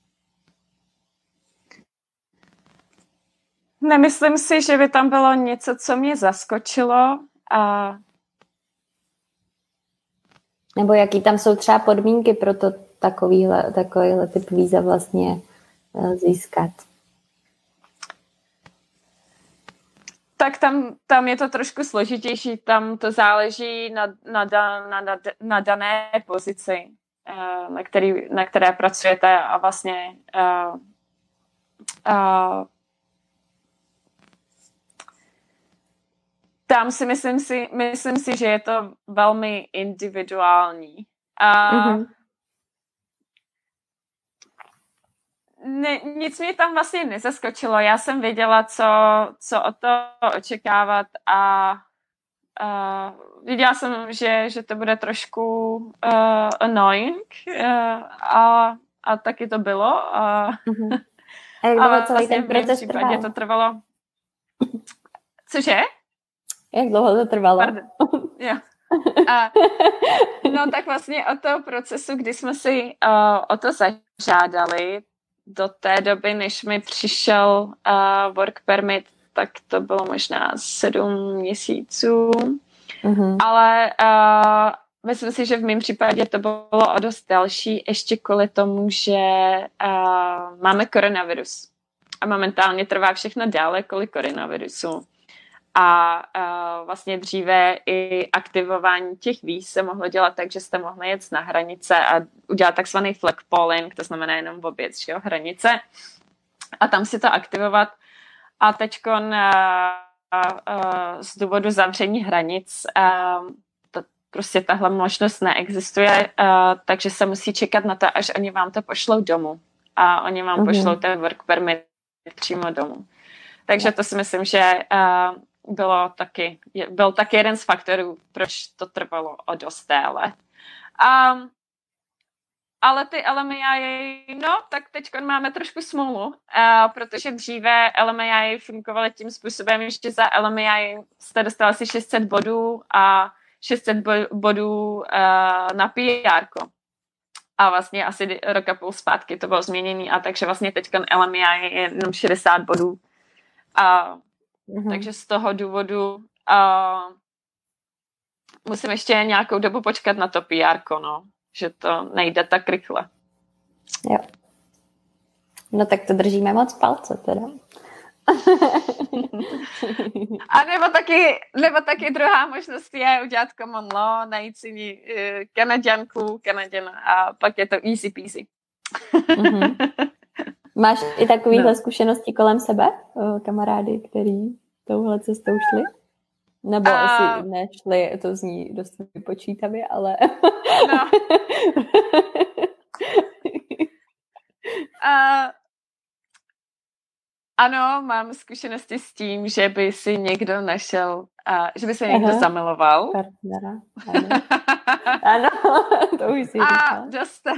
Nemyslím si, že by tam bylo něco, co mě zaskočilo. A... Nebo jaký tam jsou třeba podmínky pro to takovýhle, takovýhle typ víza vlastně získat? Tak tam, tam je to trošku složitější, tam to záleží na, na, na, na, na dané pozici, na, který, na které pracujete a vlastně uh, uh, tam si myslím, si myslím si, že je to velmi individuální. Uh, mm-hmm. Ne, nic mě tam vlastně nezaskočilo. Já jsem věděla, co, co od toho očekávat a uh, věděla jsem, že, že to bude trošku uh, annoying uh, a, a taky to bylo. Uh, mm-hmm. A jak dlouho celý vlastně ten proces trval? to trvalo. Cože? Jak dlouho to trvalo? Pardon. Jo. A, no tak vlastně od toho procesu, kdy jsme si uh, o to zažádali, do té doby, než mi přišel uh, work permit, tak to bylo možná sedm měsíců. Mm-hmm. Ale uh, myslím si, že v mém případě to bylo o dost delší, ještě kvůli tomu, že uh, máme koronavirus. A momentálně trvá všechno dále kvůli koronavirusu. A uh, vlastně dříve i aktivování těch víz se mohlo dělat tak, že jste mohli jet na hranice a udělat takzvaný flag polling, to znamená jenom oběc, že jo, hranice. A tam si to aktivovat. A teďkon uh, uh, z důvodu zavření hranic uh, to, prostě tahle možnost neexistuje, uh, takže se musí čekat na to, až oni vám to pošlou domů. A oni vám mm-hmm. pošlou ten work permit přímo domů. Takže to si myslím, že uh, bylo taky, byl taky jeden z faktorů, proč to trvalo o dost déle. Um, ale ty L M I A, no, tak teď máme trošku smůlu, uh, protože dříve L M I A fungovaly tím způsobem, že za L M I A jste dostali asi šest set bodů a šest set bodů uh, na P R ko. A vlastně asi rok a půl zpátky to bylo změněné a takže vlastně teď L M I A je jenom šedesát bodů. A Mm-hmm. Takže z toho důvodu uh, musím ještě nějakou dobu počkat na to P R ko, no. Že to nejde tak rychle. Jo. No tak to držíme moc palce teda. A nebo taky, nebo taky druhá možnost je udělat common law, najít si uh, Kanaďanku, Kanaděna a pak je to easy peasy. Mm-hmm. Máš i takovýhle no. zkušenosti kolem sebe? Kamarády, který touhle cestou šli? Nebo a... asi nešli, to zní dost vypočítavě, ale... No. Ano, mám zkušenosti s tím, že by si někdo našel, a že by se někdo zamiloval. Partnera. Ano. Ano, to už si a dostal,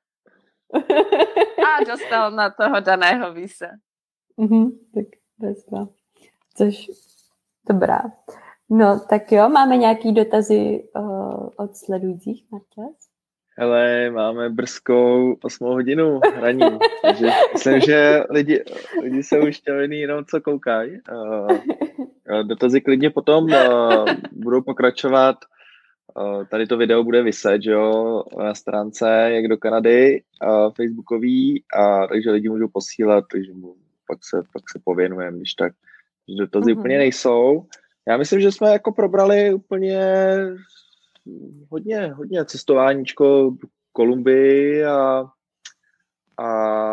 a dostal na toho daného víse. Mhm, tak bezva. Což dobrá. No, tak jo, máme nějaký dotazy uh, od sledujících, Marťas? Hele, máme brzkou osmou hodinu hraní, takže myslím, že lidi, lidi jsou už tělený jenom co koukají. Uh, dotazy klidně potom uh, budou pokračovat. Uh, tady to video bude vyset, že jo, na stránce Jak do Kanady, uh, facebookový, a takže lidi můžou posílat, takže pak se, pak se pověnujeme, když tak, že dotazy mm-hmm. úplně nejsou. Já myslím, že jsme jako probrali úplně hodně, hodně cestováníčko Kolumbii a, a,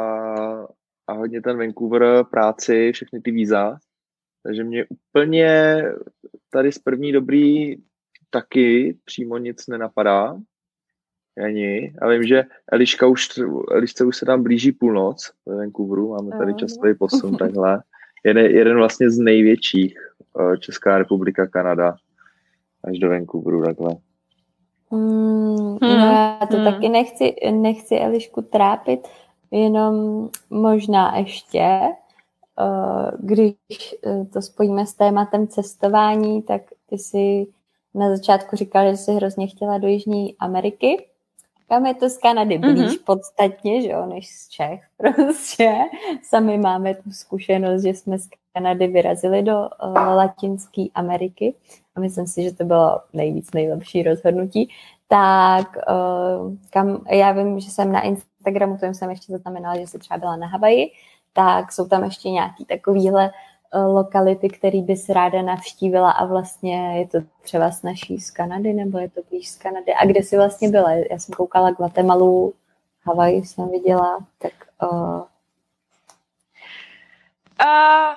a hodně ten Vancouver, práci, všechny ty víza. Takže mě úplně tady z první dobrý taky přímo nic nenapadá. Ani. A vím, že Eliška už, Elišce už se tam blíží půlnoc ve Vancouveru, máme tady časový posun takhle. Jeden, jeden vlastně z největších, Česká republika, Kanada, až do Vancouveru takhle. Hmm, no já to hmm. taky nechci, nechci Elišku trápit, jenom možná ještě, když to spojíme s tématem cestování, tak ty si na začátku říkala, že jsi hrozně chtěla do Jižní Ameriky. Kam je to z Kanady blíž mm-hmm. podstatně, že jo, než z Čech. Prostě sami máme tu zkušenost, že jsme z Kanady vyrazili do uh, Latinské Ameriky a myslím si, že to bylo nejvíc nejlepší rozhodnutí. Tak uh, kam, já vím, že jsem na Instagramu, to jsem ještě zaznamenala, že jsi třeba byla na Havaji, tak jsou tam ještě nějaký takovýhle lokality, který bys ráda navštívila a vlastně je to třeba snazší z Kanady, nebo je to blíž z Kanady. A kde jsi vlastně byla? Já jsem koukala Guatemalu, Havaj jsem viděla, tak... Uh... Uh,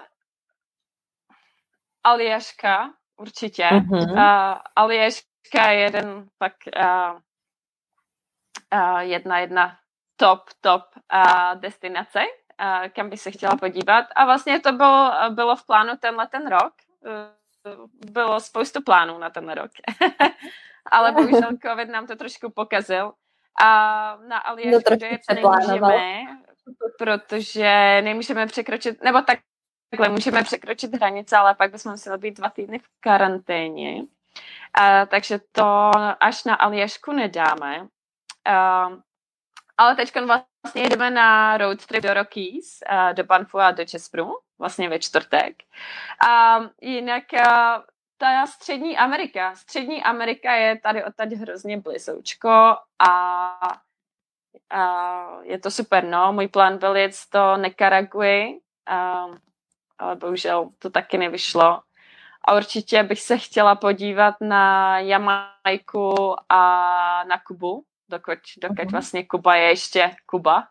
Aljaška, určitě. Uh-huh. Uh, Aljaška je jeden tak uh, uh, jedna, jedna top, top uh, destinace, kam bych se chtěla podívat. A vlastně to bylo, bylo v plánu tenhle ten rok. Bylo spoustu plánů na ten rok. Ale bohužel covid nám to trošku pokazil. A na Aljašku no, dojet nemůžeme, protože nemůžeme překročit, nebo tak, takhle, můžeme překročit hranice, ale pak bychom museli být dva týdny v karanténě. A, takže to až na Aljašku nedáme. A, ale teď vlastně jdeme na road trip do Rockies, uh, do Banffu a do Jasperu, vlastně ve čtvrtek. A uh, jinak uh, ta střední Amerika. Střední Amerika je tady odtaď hrozně blízoučko a uh, je to super, no. Můj plán byl jet do Nicaraguy, uh, ale bohužel to taky nevyšlo. A určitě bych se chtěla podívat na Jamajku a na Kubu, dokud, dokud vlastně Kuba je ještě Kuba.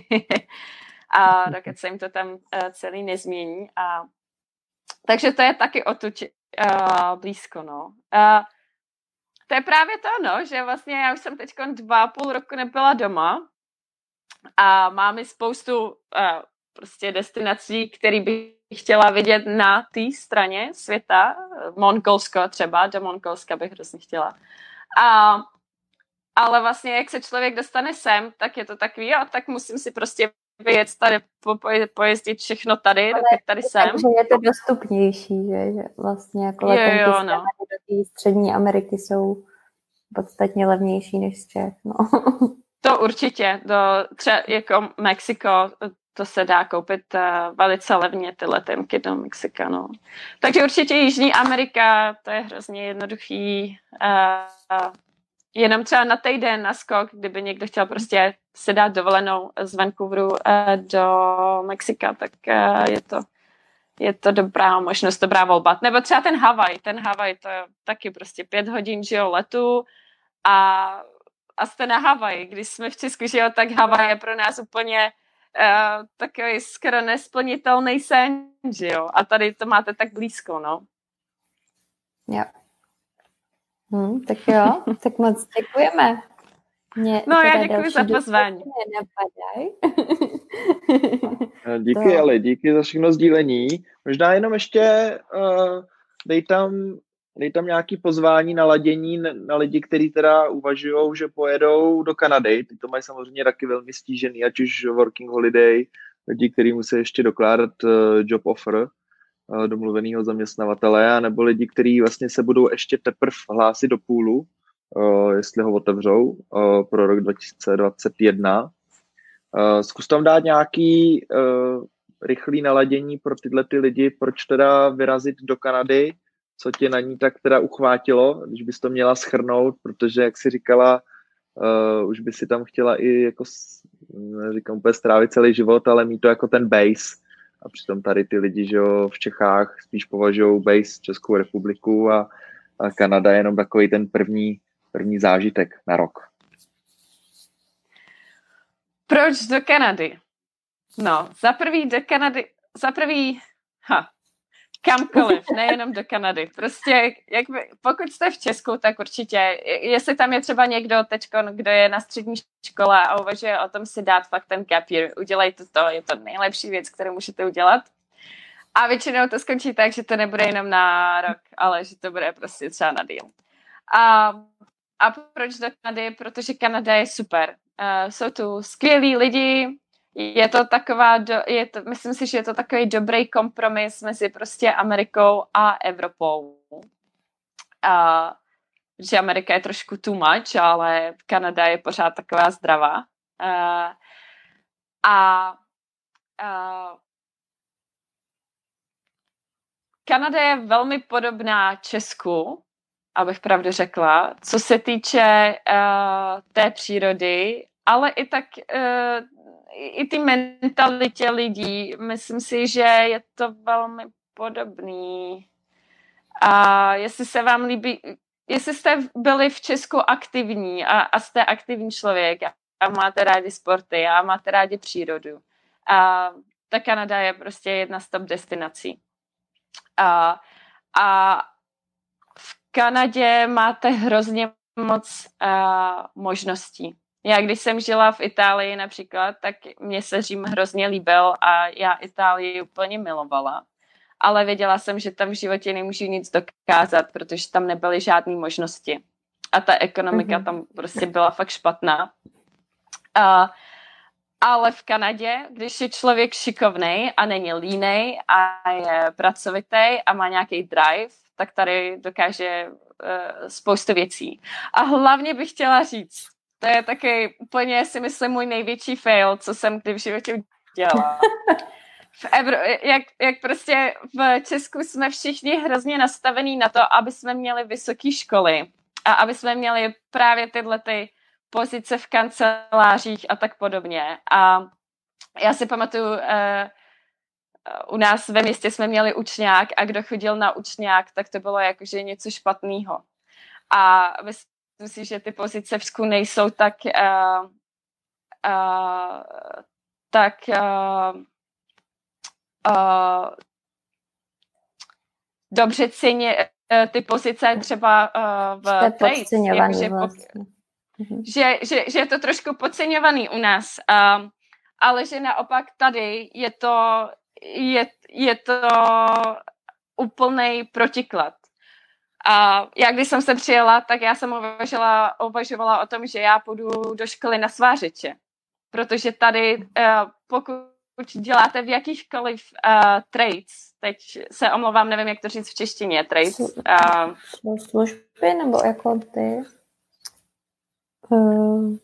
A dokud se jim to tam uh, celý nezmění. A... Takže to je taky odtud uh, blízko, no. Uh, to je právě to, no, že vlastně já už jsem teď dva a půl roku nebyla doma a máme spoustu uh, prostě destinací, které bych chtěla vidět na té straně světa. Mongolsko třeba, do Mongolska bych hrozně chtěla. A ale vlastně, jak se člověk dostane sem, tak je to takový, jo, tak musím si prostě vyjet tady, po, pojezdit všechno tady, ale dokud tady jsem. Takže je to dostupnější, že, že vlastně jako letenky jo, jo, no. do té střední Ameriky jsou podstatně levnější než z Čech, no. To určitě, do třeba jako Mexiko, to se dá koupit uh, velice levně ty letenky do Mexika, no. Takže určitě Jižní Amerika, to je hrozně jednoduchý, uh, jenom třeba na týden na skok, kdyby někdo chtěl prostě se dát dovolenou z Vancouveru uh, do Mexika, tak uh, je to je to dobrá možnost, dobrá volba. Nebo třeba ten Havaj, ten Havaj, to je taky prostě pět hodin, že jo, letu a, a jste na Havaji. Když jsme v Česku, že jo, tak Havaj je pro nás úplně uh, takový skoro nesplnitelný sen, že jo. A tady to máte tak blízko, no. Jo. Hm, tak jo, tak moc děkujeme. Mě no já děkuji za pozvání. Díky, to. Ale díky za všechno sdílení. Možná jenom ještě uh, dej tam, dej tam nějaký pozvání na ladění na lidi, kteří teda uvažují, že pojedou do Kanady. Ty to mají samozřejmě taky velmi stížený, ať už working holiday, lidi, kteří musí ještě dokládat uh, job offer uh, domluvenýho zaměstnavatele, nebo lidi, kteří vlastně se budou ještě teprve hlásit do půlu, uh, jestli ho otevřou uh, pro rok dva tisíce dvacet jedna. Uh, zkus tam dát nějaký uh, rychlý naladění pro tyhle ty lidi, proč teda vyrazit do Kanady, co tě na ní tak teda uchvátilo, když bys to měla shrnout, protože, jak jsi říkala, uh, už by si tam chtěla i jako, neříkám úplně strávit celý život, ale mít to jako ten base. A přitom tady ty lidi, že jo, v Čechách spíš považují base Českou republiku a, a Kanada je jenom takový ten první, první zážitek na rok. Proč do Kanady? No, za prvý do Kanady, za prvý, ha, kamkoliv, nejenom do Kanady. Prostě, jak by, pokud jste v Česku, tak určitě, jestli tam je třeba někdo teďko, kdo je na střední škole a uvažuje o tom si dát fakt ten gap year, udělejte to, je to nejlepší věc, kterou můžete udělat. A většinou to skončí tak, že to nebude jenom na rok, ale že to bude prostě třeba na díl. A, a proč do Kanady? Protože Kanada je super. Uh, jsou tu skvělí lidi, je to taková, do, je to, myslím si, že je to takový dobrý kompromis mezi prostě Amerikou a Evropou. Uh, že Amerika je trošku too much, ale Kanada je pořád taková zdravá. Uh, a uh, Kanada je velmi podobná Česku, abych pravdu řekla, co se týče uh, té přírody, ale i tak uh, i ty mentalitě lidí. Myslím si, že je to velmi podobný. A jestli se vám líbí, jestli jste byli v Česku aktivní a, a jste aktivní člověk a máte rádi sporty a máte rádi přírodu, a ta Kanada je prostě jedna z top destinací. A, a v Kanadě máte hrozně moc uh, možností. Já když jsem žila v Itálii například, tak mě se Řím hrozně líbil a já Itálii úplně milovala. Ale věděla jsem, že tam v životě nemůžu nic dokázat, protože tam nebyly žádné možnosti. A ta ekonomika mm-hmm. tam prostě byla fakt špatná. Uh, ale v Kanadě, když je člověk šikovnej a není línej a je pracovitý a má nějaký drive, tak tady dokáže uh, spoustu věcí. A hlavně bych chtěla říct, to je taky úplně, si myslím, můj největší fail, co jsem kdy v životě udělala. V Evro- jak, jak prostě v Česku jsme všichni hrozně nastavení na to, aby jsme měli vysoké školy a aby jsme měli právě tyhle ty pozice v kancelářích a tak podobně. A já si pamatuju, uh, u nás ve městě jsme měli učňák a kdo chodil na učňák, tak to bylo jakože něco špatného. A myslím si, že ty pozice v Česku nejsou tak uh, uh, tak uh, uh, dobře ceně uh, ty pozice třeba uh, v trades, jakože vlastně. že, že, že je to trošku podceňovaný u nás, um, ale že naopak tady je to je, je to úplnej protiklad. A já, když jsem se přijela, tak já jsem uvažovala, uvažovala o tom, že já půjdu do školy na svářeče. Protože tady, uh, pokud děláte v jakýchkoliv uh, trades, teď se omlouvám, nevím, jak to říct v češtině, trades. Uh, Služby nebo jako ty? Uh...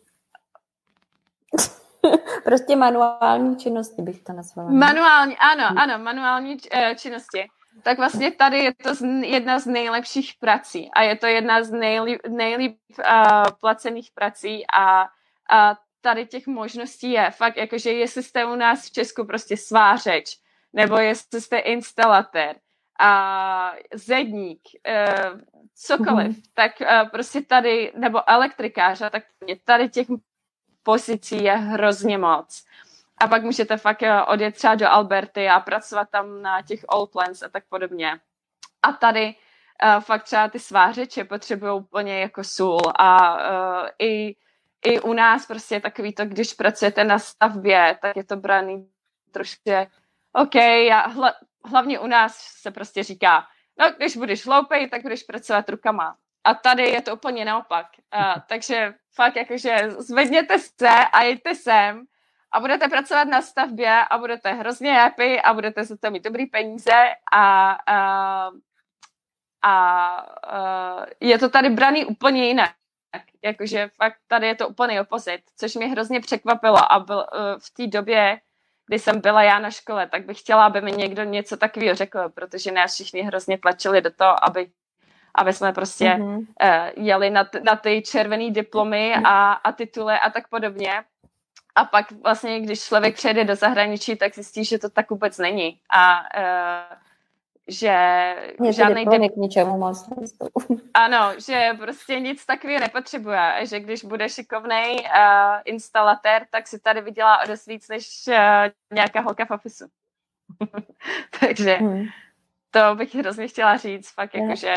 prostě manuální činnosti bych to nazvala. Manuální, ano, ano, manuální uh, činnosti. Tak vlastně tady je to jedna z nejlepších prací a je to jedna z nejlíp, nejlíp uh, placených prací a, a tady těch možností je fakt, jakože jestli jste u nás v Česku prostě svářeč, nebo jestli jste instalatér, a zedník, uh, cokoliv, mm-hmm. tak uh, prostě tady, nebo elektrikář, tak tady těch pozicí je hrozně moc. A pak můžete fakt odjet třeba do Alberty a pracovat tam na těch All Plants a tak podobně. A tady uh, fakt třeba ty svářeče potřebují úplně jako sůl a uh, i i u nás prostě takový to, když pracujete na stavbě, tak je to braný trošku, OK, já, hla, hlavně u nás se prostě říká, no když budeš hloupej, tak budeš pracovat rukama. A tady je to úplně naopak. Uh, takže fakt jakože zvedněte se a jděte sem a budete pracovat na stavbě a budete hrozně happy a budete za to mít dobrý peníze a, a, a, a je to tady braný úplně jinak. Jakože fakt tady je to úplně opozit, což mě hrozně překvapilo a byl, uh, v té době, kdy jsem byla já na škole, tak bych chtěla, aby mi někdo něco takového řekl, protože nás všichni hrozně tlačili do toho, aby aby jsme prostě mm-hmm. uh, jeli na, t- na ty červený diplomy a, a tituly a tak podobně. A pak vlastně, když člověk přijede do zahraničí, tak zjistí, že to tak vůbec není. A uh, že Mě žádný diplomy k ničemu moc. Ano, že prostě nic takového nepotřebuje. A že když bude šikovnej uh, instalatér, tak si tady vydělá o dost víc, než uh, nějaká holka v ofisu. Takže hmm. to bych hrozně chtěla říct. Fakt jakože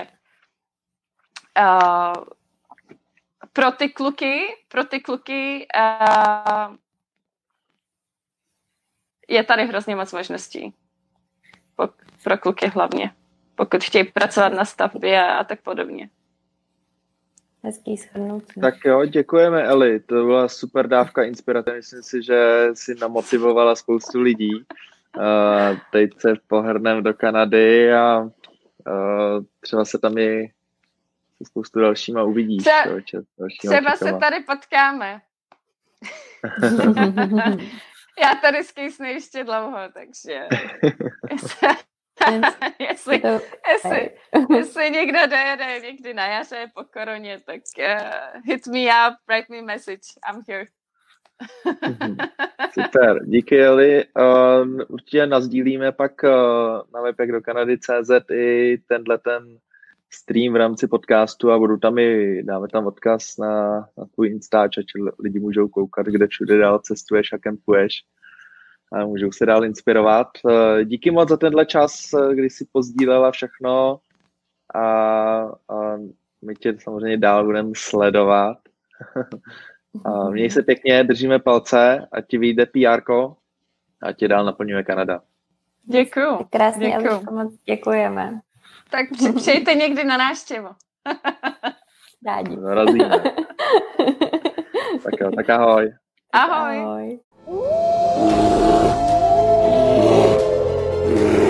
Uh, pro ty kluky, pro ty kluky uh, je tady hrozně moc možností. Pro, pro kluky hlavně. Pokud chtějí pracovat na stavbě a tak podobně. Hezký shrnutí. Tak jo, děkujeme, Eli. To byla super dávka inspirace. Myslím si, že si namotivovala spoustu lidí. Uh, teď se pohrneme do Kanady a uh, třeba se tam i se spoustu dalšíma uvidíš. Tře- člověče, třeba čekama. Se tady potkáme. Já tady skýsnu ještě dlouho, takže jestli, jestli, jestli někdo dojede někdy na jaře po koroně, tak uh, hit me up, write me message, I'm here. Super, díky, Eli. Uh, určitě nasdílíme pak uh, na web jak do Kanady tečka cé zet i tenhle ten stream v rámci podcastu a budu tam i, dáme tam odkaz na, na tvůj Instač, ať lidi můžou koukat, kde všude dál cestuješ a kempuješ a můžou se dál inspirovat. Díky moc za tenhle čas, kdy jsi pozdílela všechno a, a my tě samozřejmě dál budeme sledovat. A měj se pěkně, držíme palce, ať ti vyjde pé érko a tě dál naplňuje Kanada. Děkuju. Krásně, Děkuju. Eliško, moc děkujeme. Tak přijďte někdy na návštěvu. Rádi. Narazíme. Tak jo, tak ahoj. Ahoj. Ahoj.